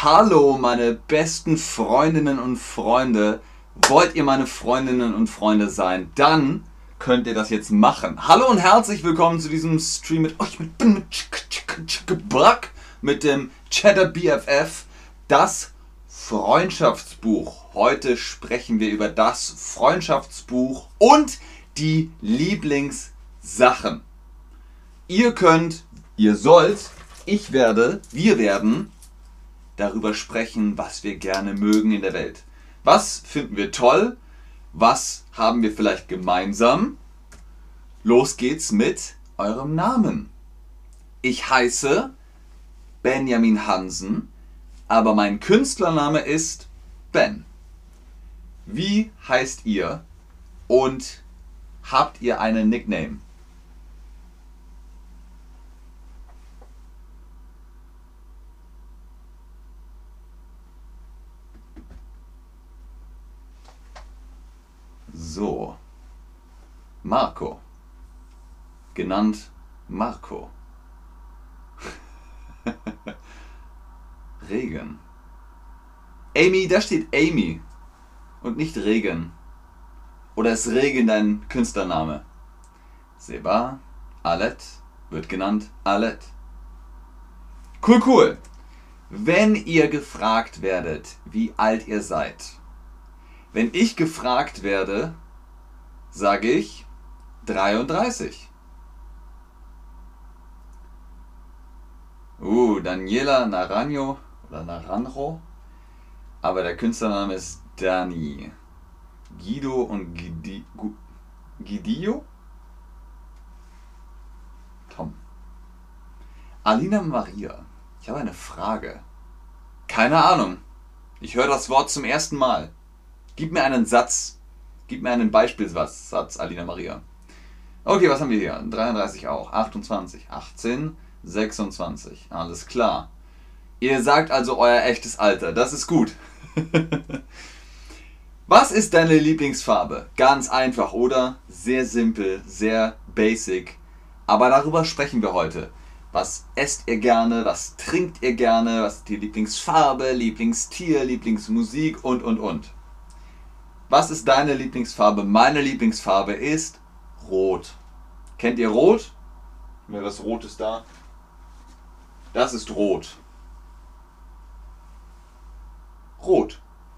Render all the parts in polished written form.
Hallo meine besten Freundinnen und Freunde. Wollt ihr meine Freundinnen und Freunde sein? Dann könnt ihr das jetzt machen. Hallo und herzlich willkommen zu diesem Stream mit dem Cheddar BFF, das Freundschaftsbuch. Heute sprechen wir über das Freundschaftsbuch und die Lieblingssachen. Ihr könnt, ihr sollt, ich werde, wir werden darüber sprechen, was wir gerne mögen in der Welt. Was finden wir toll? Was haben wir vielleicht gemeinsam? Los geht's mit eurem Namen. Ich heiße Benjamin Hansen, aber mein Künstlername ist Ben. Wie heißt ihr und habt ihr einen Nickname? So, Marco, genannt Marco. Regen. Amy, da steht Amy und nicht Regen. Oder ist Regen dein Künstlername? Seba, Alet, wird genannt Alet. Cool. Wenn ihr gefragt werdet, wie alt ihr seid. Wenn ich gefragt werde, sage ich 33. Daniela Naranjo oder Naranjo. Aber der Künstlername ist Dani. Guido und Guidio? Tom. Alina Maria. Ich habe eine Frage. Keine Ahnung. Ich höre das Wort zum ersten Mal. Gib mir einen Satz. Gib mir einen Beispielsatz, Alina Maria. Okay, was haben wir hier? 33 auch. 28, 18, 26. Alles klar. Ihr sagt also euer echtes Alter. Das ist gut. Was ist deine Lieblingsfarbe? Ganz einfach, oder? Sehr simpel, sehr basic. Aber darüber sprechen wir heute. Was esst ihr gerne? Was trinkt ihr gerne? Was ist die Lieblingsfarbe, Lieblingstier, Lieblingsmusik und. Was ist deine Lieblingsfarbe? Meine Lieblingsfarbe ist Rot. Kennt ihr Rot? Ja, das Rot ist da. Das ist Rot. Rot.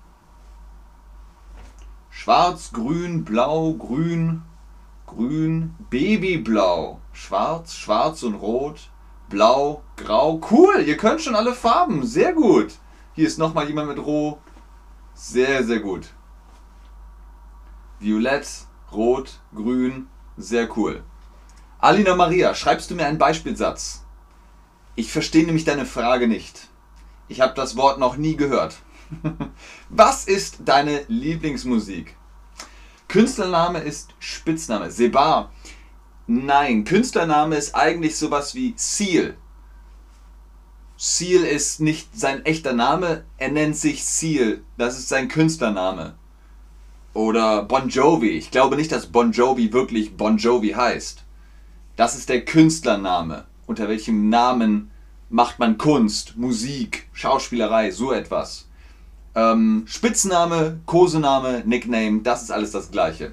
Schwarz, Grün, Blau, Grün, Grün, Babyblau. Schwarz, Schwarz und Rot, Blau, Grau. Cool, ihr könnt schon alle Farben. Sehr gut. Hier ist nochmal jemand mit Rot. Sehr, sehr gut. Violett, Rot, Grün, sehr cool. Alina Maria, schreibst du mir einen Beispielsatz? Ich verstehe nämlich deine Frage nicht. Ich habe das Wort noch nie gehört. Was ist deine Lieblingsmusik? Künstlername ist Spitzname. Seba. Nein, Künstlername ist eigentlich sowas wie Seal. Seal ist nicht sein echter Name, er nennt sich Seal. Das ist sein Künstlername. Oder Bon Jovi. Ich glaube nicht, dass Bon Jovi wirklich Bon Jovi heißt. Das ist der Künstlername. Unter welchem Namen macht man Kunst, Musik, Schauspielerei, so etwas. Spitzname, Kosename, Nickname, das ist alles das Gleiche.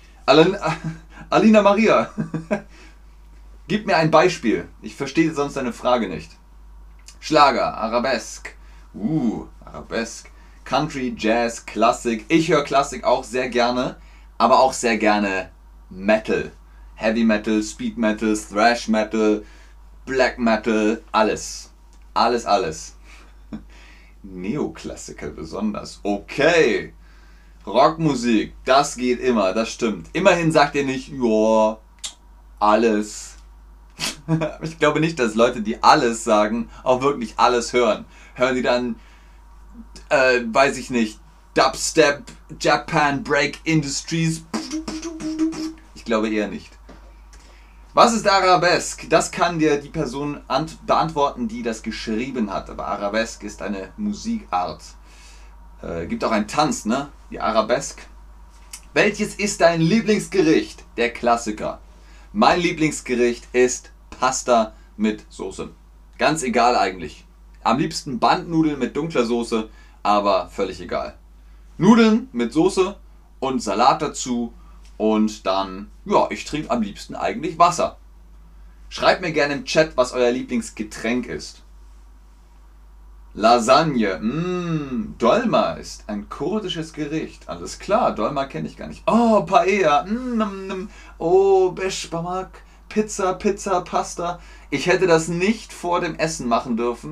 Alina Maria, gib mir ein Beispiel. Ich verstehe sonst deine Frage nicht. Schlager, Arabesk. Arabesk. Country, Jazz, Klassik. Ich höre Klassik auch sehr gerne, aber auch sehr gerne Metal. Heavy Metal, Speed Metal, Thrash Metal, Black Metal, alles. Alles. Neoklassiker besonders. Okay. Rockmusik, das geht immer, das stimmt. Immerhin sagt ihr nicht, ja, alles. Ich glaube nicht, dass Leute, die alles sagen, auch wirklich alles hören. Hören die dann weiß ich nicht, Dubstep, Japan Break Industries. Ich glaube eher nicht. Was ist Arabesk? Das kann dir die Person beantworten, die das geschrieben hat. Aber Arabesk ist eine Musikart. Gibt auch einen Tanz, ne? Die Arabesk. Welches ist dein Lieblingsgericht? Der Klassiker. Mein Lieblingsgericht ist Pasta mit Soße. Ganz egal eigentlich. Am liebsten Bandnudeln mit dunkler Soße, aber völlig egal. Nudeln mit Soße und Salat dazu und dann, ja, ich trinke am liebsten eigentlich Wasser. Schreibt mir gerne im Chat, was euer Lieblingsgetränk ist. Lasagne, Dolma ist ein kurdisches Gericht. Alles klar, Dolma kenne ich gar nicht. Oh, Paella, oh, Beschbamak, Pizza, Pasta. Ich hätte das nicht vor dem Essen machen dürfen.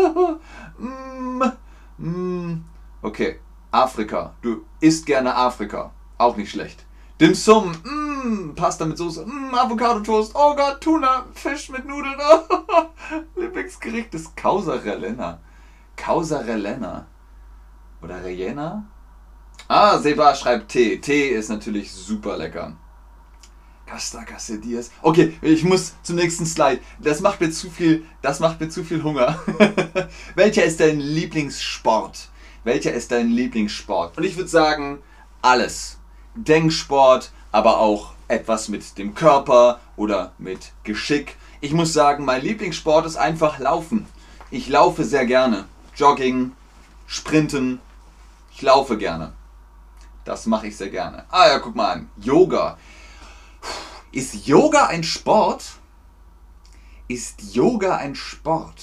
Okay, Afrika. Du isst gerne Afrika. Auch nicht schlecht. Dim Sum, Pasta mit Soße, Avocado-Toast, oh Gott, Tuna, Fisch mit Nudeln. Lieblingsgericht ist Causarellena. Causarellena. Oder Rellena? Ah, Seba schreibt Tee. Tee ist natürlich super lecker. Casta Casedias. Okay, ich muss zum nächsten Slide. Das macht mir zu viel Hunger. Welcher ist dein Lieblingssport? Welcher ist dein Lieblingssport? Und ich würde sagen, alles. Denksport, aber auch etwas mit dem Körper oder mit Geschick. Ich muss sagen, mein Lieblingssport ist einfach Laufen. Ich laufe sehr gerne. Jogging, Sprinten. Ich laufe gerne. Das mache ich sehr gerne. Ah ja, guck mal an. Yoga. Ist Yoga ein Sport? Ist Yoga ein Sport?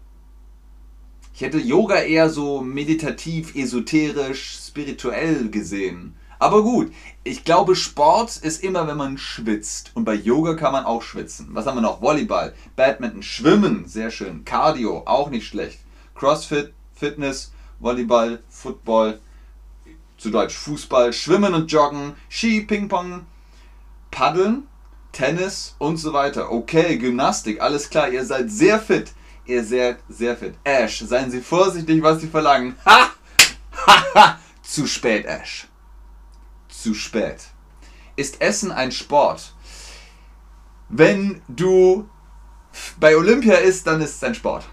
Ich hätte Yoga eher so meditativ, esoterisch, spirituell gesehen. Aber gut, ich glaube, Sport ist immer, wenn man schwitzt. Und bei Yoga kann man auch schwitzen. Was haben wir noch? Volleyball, Badminton, Schwimmen, sehr schön. Cardio, auch nicht schlecht. Crossfit, Fitness, Volleyball, Football, zu Deutsch Fußball, Schwimmen und Joggen, Ski, Ping-Pong, Paddeln, Tennis und so weiter. Okay, Gymnastik, alles klar, ihr seid sehr fit. Ihr seid sehr fit. Ash, seien Sie vorsichtig, was Sie verlangen. Ha! Ha! Zu spät, Ash. Zu spät. Ist Essen ein Sport? Wenn du bei Olympia isst, dann ist es ein Sport.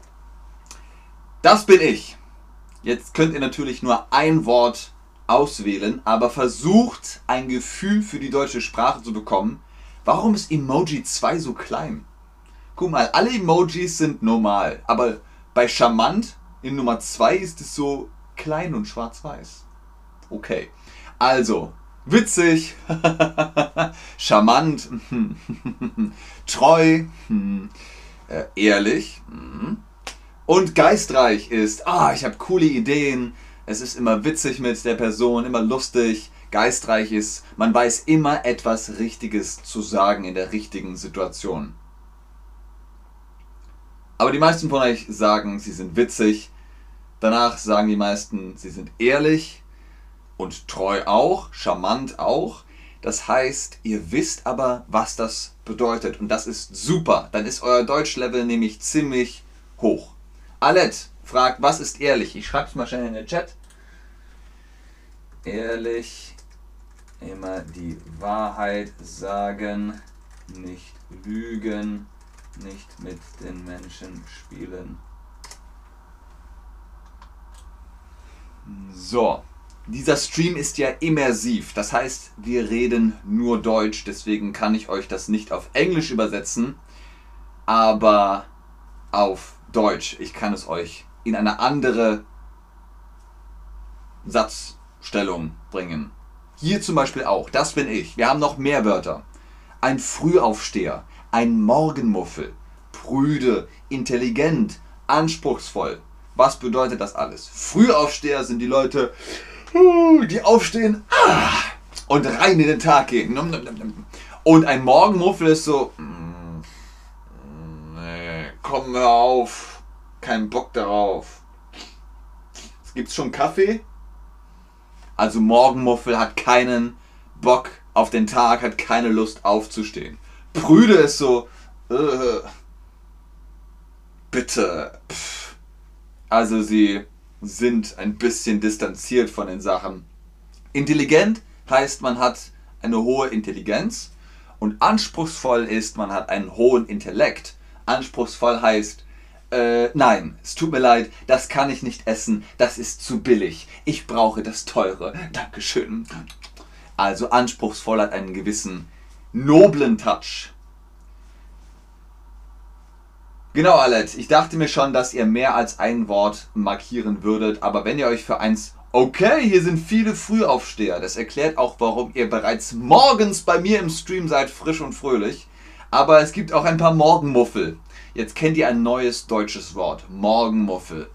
Das bin ich. Jetzt könnt ihr natürlich nur ein Wort auswählen, aber versucht ein Gefühl für die deutsche Sprache zu bekommen. Warum ist Emoji 2 so klein? Guck mal, alle Emojis sind normal, aber bei charmant in Nummer 2 ist es so klein und schwarz-weiß. Okay, also, witzig, charmant, treu, ehrlich und geistreich ist, ich habe coole Ideen, es ist immer witzig mit der Person, immer lustig, geistreich ist, man weiß immer etwas Richtiges zu sagen in der richtigen Situation. Aber die meisten von euch sagen, sie sind witzig, danach sagen die meisten, sie sind ehrlich und treu auch, charmant auch. Das heißt, ihr wisst aber, was das bedeutet und das ist super, dann ist euer Deutschlevel nämlich ziemlich hoch. Alette fragt, was ist ehrlich? Ich schreibe es mal schnell in den Chat. Ehrlich, immer die Wahrheit sagen, nicht lügen, nicht mit den Menschen spielen. So, dieser Stream ist ja immersiv, das heißt, wir reden nur Deutsch, deswegen kann ich euch das nicht auf Englisch übersetzen, aber auf Deutsch. Ich kann es euch in eine andere Satzstellung bringen. Hier zum Beispiel auch, das bin ich. Wir haben noch mehr Wörter. Ein Frühaufsteher, ein Morgenmuffel, prüde, intelligent, anspruchsvoll. Was bedeutet das alles? Frühaufsteher sind die Leute, die aufstehen und rein in den Tag gehen. Und ein Morgenmuffel ist so, nee, komm hör auf, kein Bock darauf. Gibt's schon Kaffee? Also Morgenmuffel hat keinen Bock auf den Tag, hat keine Lust aufzustehen. Prüde ist so, bitte. Also sie sind ein bisschen distanziert von den Sachen. Intelligent heißt, man hat eine hohe Intelligenz und anspruchsvoll ist, man hat einen hohen Intellekt. Anspruchsvoll heißt, nein, es tut mir leid, das kann ich nicht essen, das ist zu billig. Ich brauche das Teure. Dankeschön. Also anspruchsvoll hat einen gewissen noblen Touch. Genau, Alette. Ich dachte mir schon, dass ihr mehr als ein Wort markieren würdet, aber wenn ihr euch für eins... Okay, hier sind viele Frühaufsteher. Das erklärt auch, warum ihr bereits morgens bei mir im Stream seid, frisch und fröhlich. Aber es gibt auch ein paar Morgenmuffel. Jetzt kennt ihr ein neues deutsches Wort. Morgenmuffel.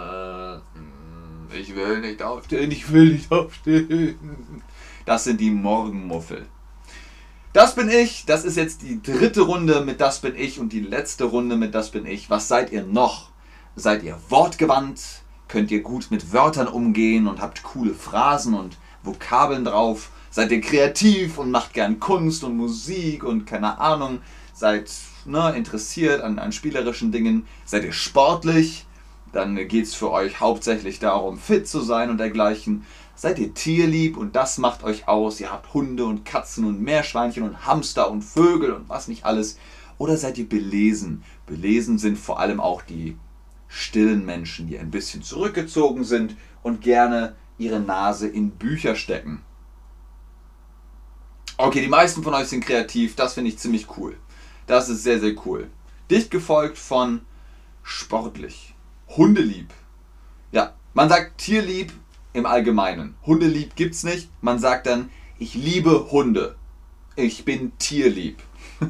Ich will nicht aufstehen, ich will nicht aufstehen. Das sind die Morgenmuffel. Das bin ich. Das ist jetzt die dritte Runde mit Das bin ich und die letzte Runde mit Das bin ich. Was seid ihr noch? Seid ihr wortgewandt? Könnt ihr gut mit Wörtern umgehen und habt coole Phrasen und Vokabeln drauf? Seid ihr kreativ und macht gern Kunst und Musik und keine Ahnung? Seid interessiert an spielerischen Dingen? Seid ihr sportlich? Dann geht es für euch hauptsächlich darum, fit zu sein und dergleichen. Seid ihr tierlieb und das macht euch aus? Ihr habt Hunde und Katzen und Meerschweinchen und Hamster und Vögel und was nicht alles. Oder seid ihr belesen? Belesen sind vor allem auch die stillen Menschen, die ein bisschen zurückgezogen sind und gerne ihre Nase in Bücher stecken. Okay, die meisten von euch sind kreativ, das finde ich ziemlich cool. Das ist sehr, sehr cool. Dicht gefolgt von sportlich. Hundelieb. Ja, man sagt tierlieb im Allgemeinen. Hundelieb gibt's nicht. Man sagt dann, ich liebe Hunde. Ich bin tierlieb.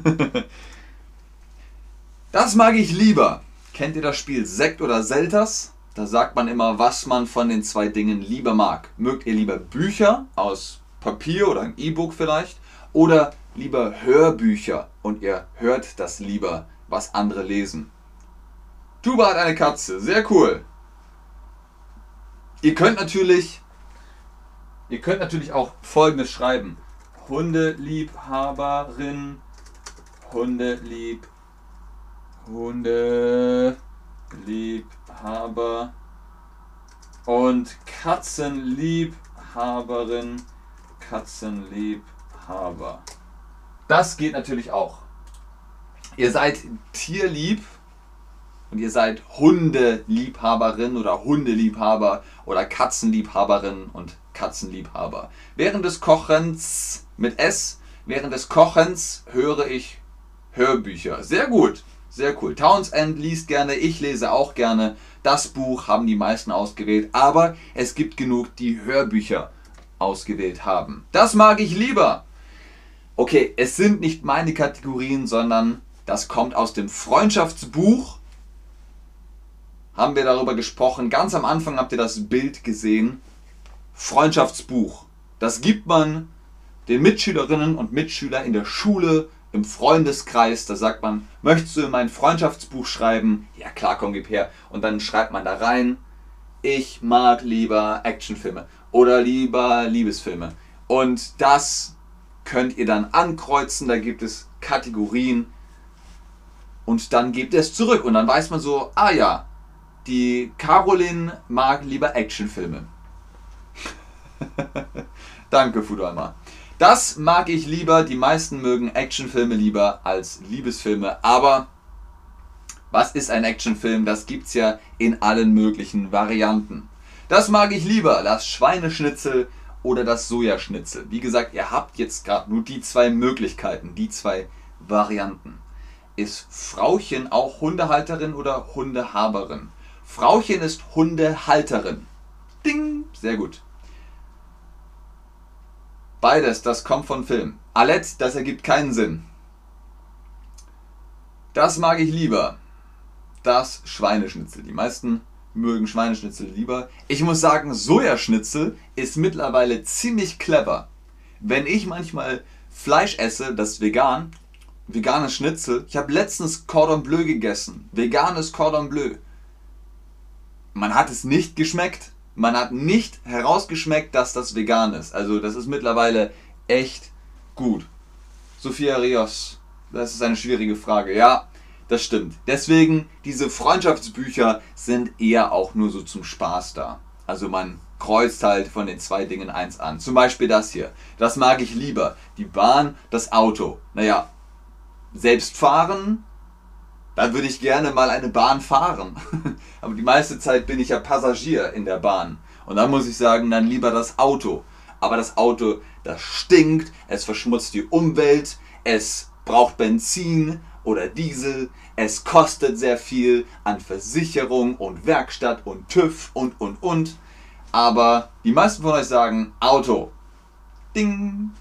Das mag ich lieber. Kennt ihr das Spiel Sekt oder Selters? Da sagt man immer, was man von den zwei Dingen lieber mag. Mögt ihr lieber Bücher aus Papier oder ein E-Book vielleicht? Oder lieber Hörbücher und ihr hört das lieber, was andere lesen? Tuba hat eine Katze, sehr cool. Ihr könnt natürlich auch Folgendes schreiben. Hundeliebhaberin, Hundeliebhaber und Katzenliebhaberin, Katzenliebhaber. Das geht natürlich auch. Ihr seid tierlieb und ihr seid Hundeliebhaberin oder Hundeliebhaber oder Katzenliebhaberin und Katzenliebhaber. Während des Kochens mit S, während des Kochens höre ich Hörbücher. Sehr gut, sehr cool. Townsend liest gerne, ich lese auch gerne. Das Buch haben die meisten ausgewählt, aber es gibt genug, die Hörbücher ausgewählt haben. Das mag ich lieber. Okay, es sind nicht meine Kategorien, sondern das kommt aus dem Freundschaftsbuch. Haben wir darüber gesprochen. Ganz am Anfang habt ihr das Bild gesehen. Freundschaftsbuch. Das gibt man den Mitschülerinnen und Mitschülern in der Schule, im Freundeskreis. Da sagt man, möchtest du in mein Freundschaftsbuch schreiben? Ja klar, komm, gib her. Und dann schreibt man da rein, ich mag lieber Actionfilme oder lieber Liebesfilme. Und das könnt ihr dann ankreuzen. Da gibt es Kategorien. Und dann gebt ihr es zurück. Und dann weiß man so, ah ja, die Caroline mag lieber Actionfilme. Danke, Fudalma. Das mag ich lieber. Die meisten mögen Actionfilme lieber als Liebesfilme. Aber was ist ein Actionfilm? Das gibt es ja in allen möglichen Varianten. Das mag ich lieber. Das Schweineschnitzel oder das Sojaschnitzel. Wie gesagt, ihr habt jetzt gerade nur die zwei Möglichkeiten, die zwei Varianten. Ist Frauchen auch Hundehalterin oder Hundehaberin? Frauchen ist Hundehalterin. Ding! Sehr gut. Beides, das kommt von Film. Alette, das ergibt keinen Sinn. Das mag ich lieber. Das Schweineschnitzel. Die meisten mögen Schweineschnitzel lieber. Ich muss sagen, Sojaschnitzel ist mittlerweile ziemlich clever. Wenn ich manchmal Fleisch esse, das veganes Schnitzel. Ich habe letztens Cordon Bleu gegessen. Veganes Cordon Bleu. Man hat es nicht geschmeckt. Man hat nicht herausgeschmeckt, dass das vegan ist. Also das ist mittlerweile echt gut. Sophia Rios, das ist eine schwierige Frage. Ja, das stimmt. Deswegen, diese Freundschaftsbücher sind eher auch nur so zum Spaß da. Also man kreuzt halt von den zwei Dingen eins an. Zum Beispiel das hier. Das mag ich lieber. Die Bahn, das Auto. Naja, selbst fahren, da würde ich gerne mal eine Bahn fahren. Aber die meiste Zeit bin ich ja Passagier in der Bahn. Und dann muss ich sagen, dann lieber das Auto. Aber das Auto, das stinkt, es verschmutzt die Umwelt, es braucht Benzin oder Diesel. Es kostet sehr viel an Versicherung und Werkstatt und TÜV und. Aber die meisten von euch sagen Auto. Ding.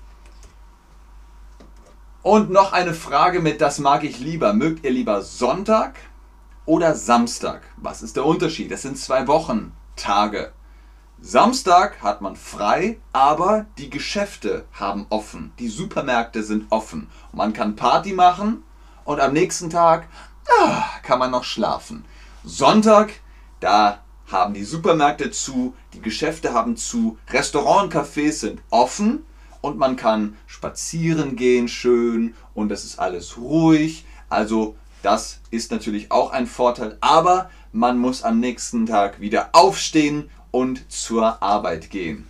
Und noch eine Frage mit das mag ich lieber. Mögt ihr lieber Sonntag oder Samstag? Was ist der Unterschied? Das sind 2 Wochentage. Samstag hat man frei, aber die Geschäfte haben offen. Die Supermärkte sind offen. Man kann Party machen und am nächsten Tag kann man noch schlafen. Sonntag, da haben die Supermärkte zu, die Geschäfte haben zu, Restaurants und Cafés sind offen und man kann spazieren gehen schön und es ist alles ruhig. Also das ist natürlich auch ein Vorteil, aber man muss am nächsten Tag wieder aufstehen und zur Arbeit gehen.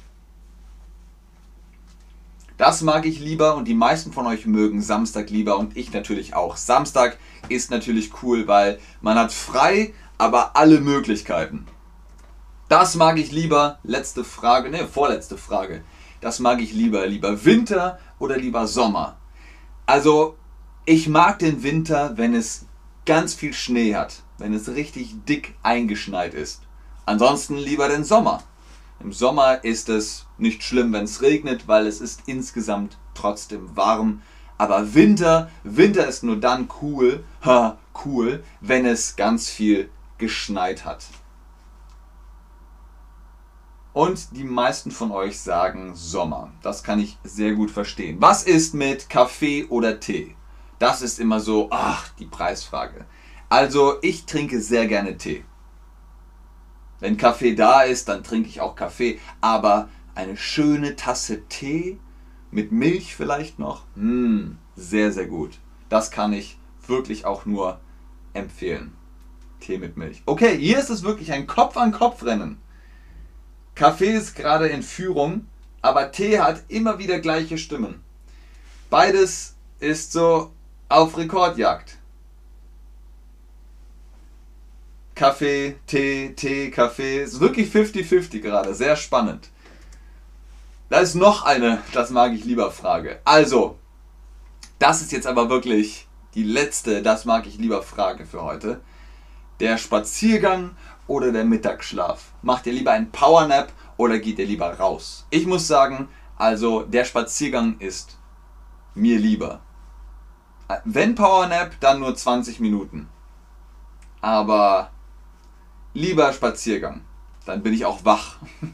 Das mag ich lieber und die meisten von euch mögen Samstag lieber und ich natürlich auch. Samstag ist natürlich cool, weil man hat frei, aber alle Möglichkeiten. Das mag ich lieber, vorletzte Frage. Das mag ich lieber Winter oder lieber Sommer? Also ich mag den Winter, wenn es ganz viel Schnee hat, wenn es richtig dick eingeschneit ist. Ansonsten lieber den Sommer. Im Sommer ist es nicht schlimm, wenn es regnet, weil es ist insgesamt trotzdem warm. Aber Winter ist nur dann cool, wenn es ganz viel geschneit hat. Und die meisten von euch sagen Sommer. Das kann ich sehr gut verstehen. Was ist mit Kaffee oder Tee? Das ist immer so, die Preisfrage. Also ich trinke sehr gerne Tee. Wenn Kaffee da ist, dann trinke ich auch Kaffee. Aber eine schöne Tasse Tee mit Milch vielleicht noch, sehr, sehr gut. Das kann ich wirklich auch nur empfehlen. Tee mit Milch. Okay, hier ist es wirklich ein Kopf-an-Kopf-Rennen. Kaffee ist gerade in Führung, aber Tee hat immer wieder gleiche Stimmen. Beides ist so auf Rekordjagd. Kaffee, Tee, Kaffee. Ist wirklich 50-50 gerade. Sehr spannend. Da ist noch eine, das mag ich lieber Frage. Also, das ist jetzt aber wirklich die letzte, das mag ich lieber Frage für heute. Der Spaziergang oder der Mittagsschlaf? Macht ihr lieber einen Powernap oder geht ihr lieber raus? Ich muss sagen, also der Spaziergang ist mir lieber. Wenn Powernap, dann nur 20 Minuten. Aber lieber Spaziergang. Dann bin ich auch wach.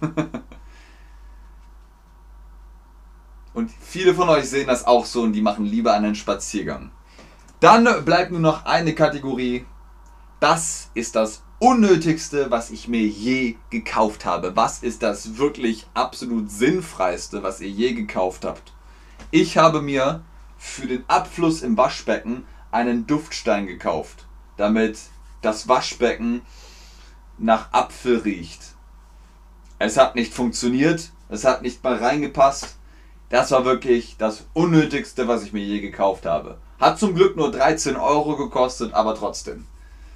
Und viele von euch sehen das auch so und die machen lieber einen Spaziergang. Dann bleibt nur noch eine Kategorie. Das ist das Unnötigste, was ich mir je gekauft habe. Was ist das wirklich absolut Sinnfreiste, was ihr je gekauft habt? Ich habe mir für den Abfluss im Waschbecken einen Duftstein gekauft, damit das Waschbecken nach Apfel riecht. Es hat nicht funktioniert, es hat nicht mal reingepasst. Das war wirklich das Unnötigste, was ich mir je gekauft habe. Hat zum Glück nur 13 Euro gekostet, aber trotzdem.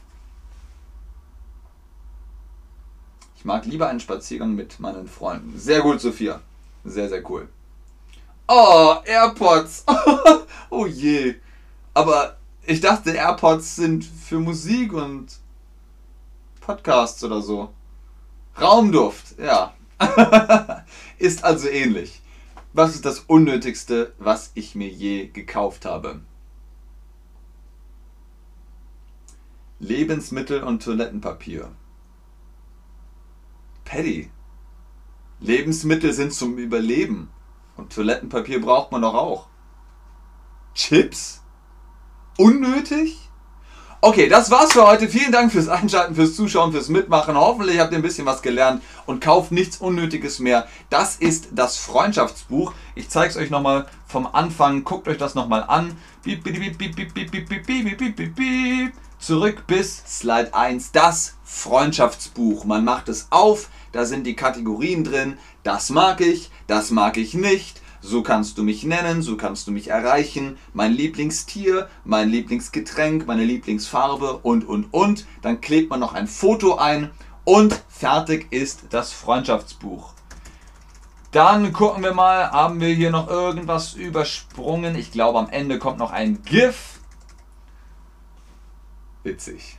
Ich mag lieber einen Spaziergang mit meinen Freunden. Sehr gut, Sophia. Sehr, sehr cool. Oh, AirPods. Oh je. Aber ich dachte, AirPods sind für Musik und Podcasts oder so. Raumduft, ja. Ist also ähnlich. Was ist das Unnötigste, was ich mir je gekauft habe? Lebensmittel und Toilettenpapier. Paddy, Lebensmittel sind zum Überleben und Toilettenpapier braucht man doch auch. Chips? Unnötig? Okay, das war's für heute. Vielen Dank fürs Einschalten, fürs Zuschauen, fürs Mitmachen. Hoffentlich habt ihr ein bisschen was gelernt und kauft nichts Unnötiges mehr. Das ist das Freundschaftsbuch. Ich zeige es euch nochmal vom Anfang. Guckt euch das nochmal an. Zurück bis Slide 1. Das Freundschaftsbuch. Man macht es auf. Da sind die Kategorien drin. Das mag ich nicht. So kannst du mich nennen, so kannst du mich erreichen. Mein Lieblingstier, mein Lieblingsgetränk, meine Lieblingsfarbe und. Dann klebt man noch ein Foto ein und fertig ist das Freundschaftsbuch. Dann gucken wir mal, haben wir hier noch irgendwas übersprungen? Ich glaube, am Ende kommt noch ein GIF. Witzig.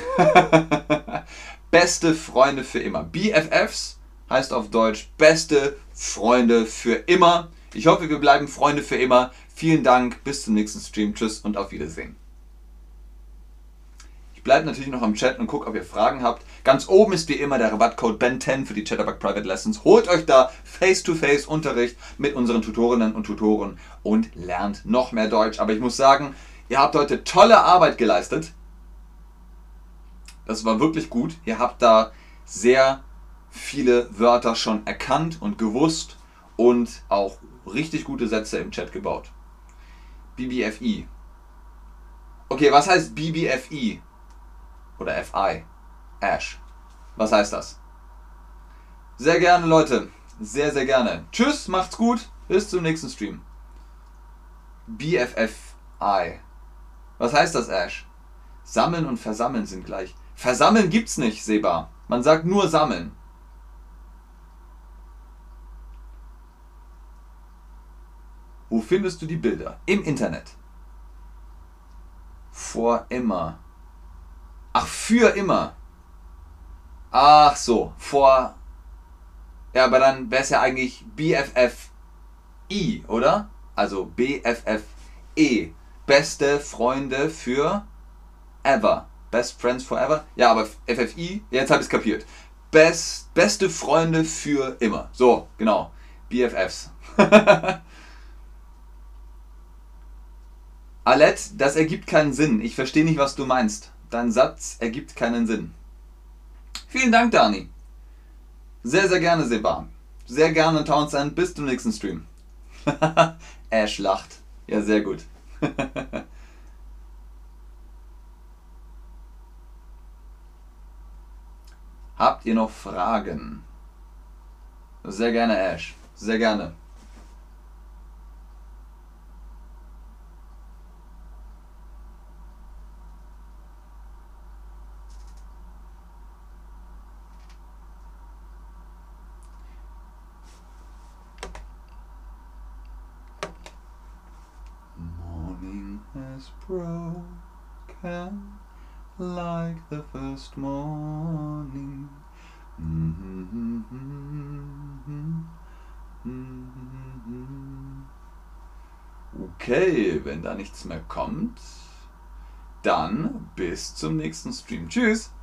Beste Freunde für immer. BFFs heißt auf Deutsch beste Freunde für immer. Ich hoffe, wir bleiben Freunde für immer. Vielen Dank, bis zum nächsten Stream. Tschüss und auf Wiedersehen. Ich bleibe natürlich noch am Chat und gucke, ob ihr Fragen habt. Ganz oben ist wie immer der Rabattcode BEN10 für die Chatterbug Private Lessons. Holt euch da Face-to-Face Unterricht mit unseren Tutorinnen und Tutoren und lernt noch mehr Deutsch. Aber ich muss sagen, ihr habt heute tolle Arbeit geleistet. Das war wirklich gut. Ihr habt da sehr viele Wörter schon erkannt und gewusst und auch richtig gute Sätze im Chat gebaut. BBFI. Okay, was heißt BBFI? Oder FI? Ash. Was heißt das? Sehr gerne, Leute. Sehr, sehr gerne. Tschüss, macht's gut. Bis zum nächsten Stream. BFFI. Was heißt das, Ash? Sammeln und versammeln sind gleich. Versammeln gibt's nicht, Seba. Man sagt nur sammeln. Wo findest du die Bilder? Im Internet. Vor immer. Ach, für immer. Ach so, vor... Ja, aber dann wäre es ja eigentlich BFFI, oder? Also BFFE. Beste Freunde für ever. Best Friends Forever. Ja, aber FFI, jetzt habe ich es kapiert. Beste Freunde für immer. So, genau. BFFs. Alette, das ergibt keinen Sinn. Ich verstehe nicht, was du meinst. Dein Satz ergibt keinen Sinn. Vielen Dank, Dani. Sehr, sehr gerne, Seba. Sehr gerne, Townsend. Bis zum nächsten Stream. Ash lacht. Ja, sehr gut. Habt ihr noch Fragen? Sehr gerne, Ash. Sehr gerne. Morning has broken like the first morning. Okay, wenn da nichts mehr kommt, dann bis zum nächsten Stream. Tschüss!